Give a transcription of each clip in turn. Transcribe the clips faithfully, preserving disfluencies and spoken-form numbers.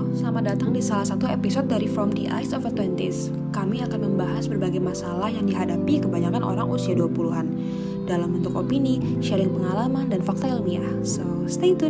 selamat datang di salah satu episode dari From the Eyes of a Twenties. Kami akan membahas berbagai masalah yang dihadapi kebanyakan orang usia dua puluhan dalam bentuk opini, sharing pengalaman, dan fakta ilmiah. So, stay tune!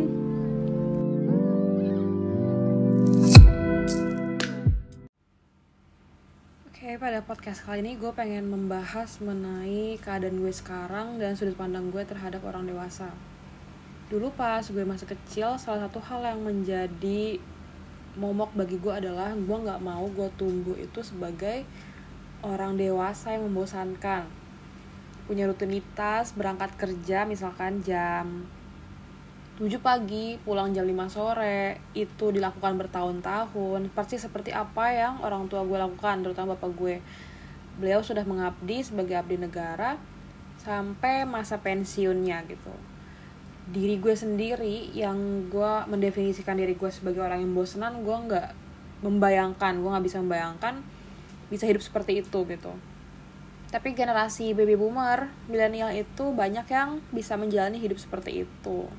Oke, pada podcast kali ini gue pengen membahas mengenai keadaan gue sekarang dan sudut pandang gue terhadap orang dewasa. Dulu pas gue masih kecil, salah satu hal yang menjadi momok bagi gue adalah gue gak mau gue tumbuh itu sebagai orang dewasa yang membosankan. Punya rutinitas, berangkat kerja misalkan jam tujuh pagi, pulang jam lima sore, itu dilakukan bertahun-tahun. Persis seperti apa yang orang tua gue lakukan, terutama bapak gue. Beliau sudah mengabdi sebagai abdi negara sampai masa pensiunnya gitu. Diri gue sendiri yang gue mendefinisikan diri gue sebagai orang yang bosenan, gue nggak membayangkan, gue nggak bisa membayangkan bisa hidup seperti itu gitu. Tapi generasi baby boomer, milenial itu banyak yang bisa menjalani hidup seperti itu.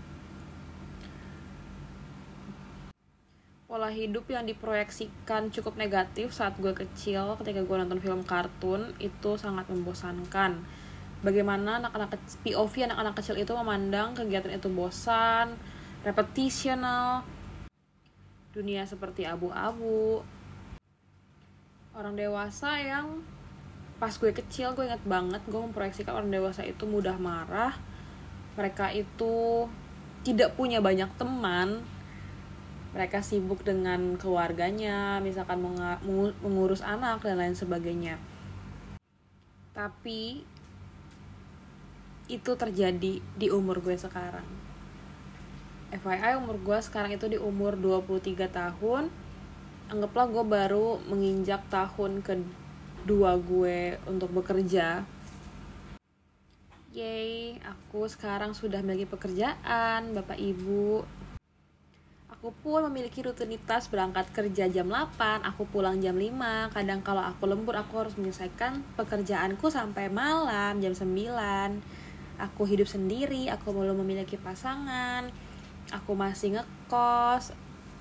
Pola hidup yang diproyeksikan cukup negatif saat gue kecil, ketika gue nonton film kartun, itu sangat membosankan. Bagaimana anak-anak P O V anak-anak kecil itu memandang kegiatan itu bosan, repetitional, dunia seperti abu-abu. Orang dewasa yang pas gue kecil, gue ingat banget gue memproyeksikan orang dewasa itu mudah marah, mereka itu tidak punya banyak teman, mereka sibuk dengan keluarganya, misalkan mengurus anak dan lain sebagainya. Tapi itu terjadi di umur gue sekarang. F Y I umur gue sekarang itu di umur dua puluh tiga tahun. Anggaplah gue baru menginjak tahun kedua gue untuk bekerja. Yeay, aku sekarang sudah memiliki pekerjaan, bapak ibu. Aku pun memiliki rutinitas berangkat kerja jam delapan, aku pulang jam lima. Kadang kalau aku lembur, aku harus menyelesaikan pekerjaanku sampai malam jam sembilan. Aku hidup sendiri, aku belum memiliki pasangan, aku masih ngekos.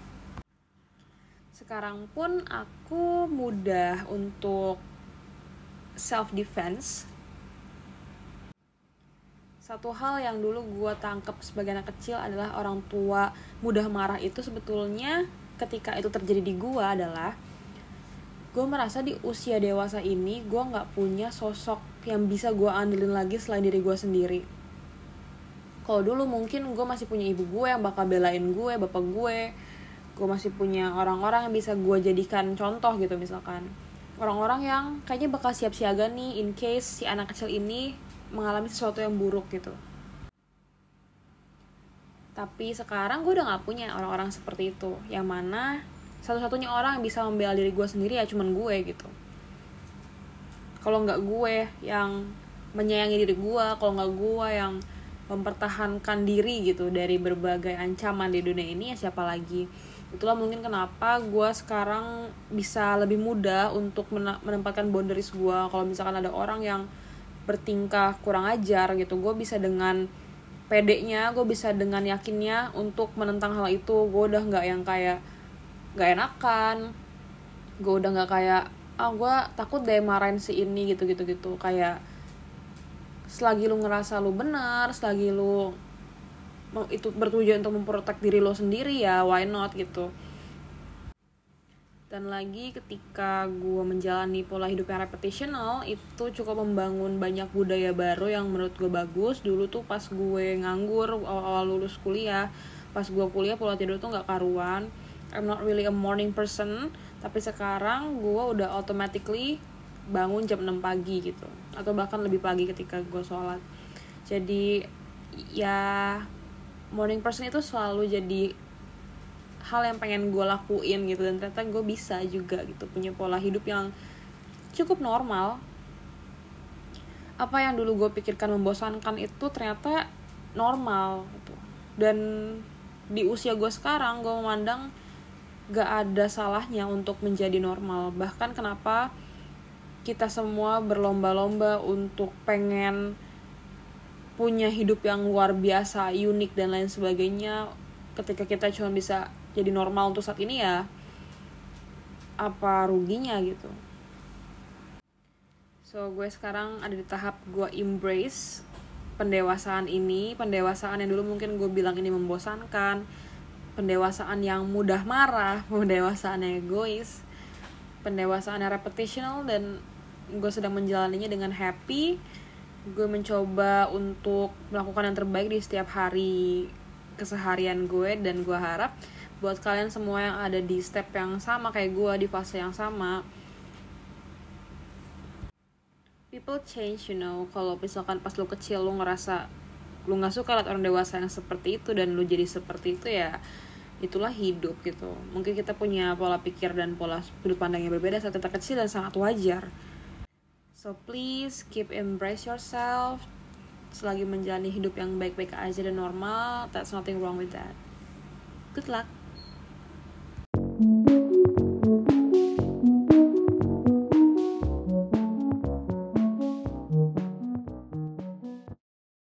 Sekarang pun aku mudah untuk self-defense. Satu hal yang dulu gue tangkap sebagai anak kecil adalah orang tua mudah marah itu sebetulnya ketika itu terjadi di gue adalah gue merasa di usia dewasa ini gue gak punya sosok yang bisa gue andelin lagi selain diri gue sendiri. Kalau dulu mungkin gue masih punya ibu gue yang bakal belain gue, bapak gue. Gue masih punya orang-orang yang bisa gue jadikan contoh gitu misalkan. Orang-orang yang kayaknya bakal siap siaga nih in case si anak kecil ini mengalami sesuatu yang buruk gitu. Tapi sekarang gue udah gak punya orang-orang seperti itu. Yang mana satu-satunya orang yang bisa membela diri gue sendiri ya cuman gue gitu. Kalau nggak gue yang menyayangi diri gue, kalau nggak gue yang mempertahankan diri gitu dari berbagai ancaman di dunia ini, ya siapa lagi? Itulah mungkin kenapa gue sekarang bisa lebih mudah untuk menempatkan boundaries gue. Kalau misalkan ada orang yang bertingkah kurang ajar gitu, gue bisa dengan pedenya, gue bisa dengan yakinnya untuk menentang hal itu. Gue udah nggak yang kayak nggak enakan, gue udah nggak kayak ah gue takut deh marahin si ini gitu-gitu gitu. Kayak selagi lu ngerasa lu benar, selagi lu itu bertujuan untuk memprotek diri lo sendiri ya why not gitu. Dan lagi ketika gue menjalani pola hidup yang repetitional, itu cukup membangun banyak budaya baru yang menurut gue bagus. Dulu tuh pas gue nganggur awal-awal lulus kuliah, pas gue kuliah pola tidur tuh gak karuan. I'm not really a morning person, tapi sekarang gue udah automatically bangun jam enam pagi gitu, atau bahkan lebih pagi ketika gue sholat. Jadi ya morning person itu selalu jadi hal yang pengen gue lakuin gitu, dan ternyata gue bisa juga gitu punya pola hidup yang cukup normal. Apa yang dulu gue pikirkan membosankan itu ternyata normal gitu. Dan di usia gue sekarang gue memandang gak ada salahnya untuk menjadi normal. Bahkan kenapa kita semua berlomba-lomba untuk pengen punya hidup yang luar biasa, unik dan lain sebagainya, ketika kita cuma bisa jadi normal untuk saat ini ya apa ruginya gitu. So gue sekarang ada di tahap gue embrace pendewasaan ini, pendewasaan yang dulu mungkin gue bilang ini membosankan, pendewasaan yang mudah marah, pendewasaan yang egois, pendewasaan yang repetitional, dan gue sedang menjalaninya dengan happy. Gue mencoba untuk melakukan yang terbaik di setiap hari keseharian gue, dan gue harap buat kalian semua yang ada di step yang sama kayak gue, di fase yang sama, people change, you know. Kalau misalkan pas lu kecil lu ngerasa lu nggak suka liat orang dewasa yang seperti itu dan lu jadi seperti itu, ya itulah hidup gitu. Mungkin kita punya pola pikir dan pola sudut pandang yang berbeda saat kita kecil, dan sangat wajar. So please keep embrace yourself. Selagi menjalani hidup yang baik-baik aja dan normal, that's nothing wrong with that. Good luck.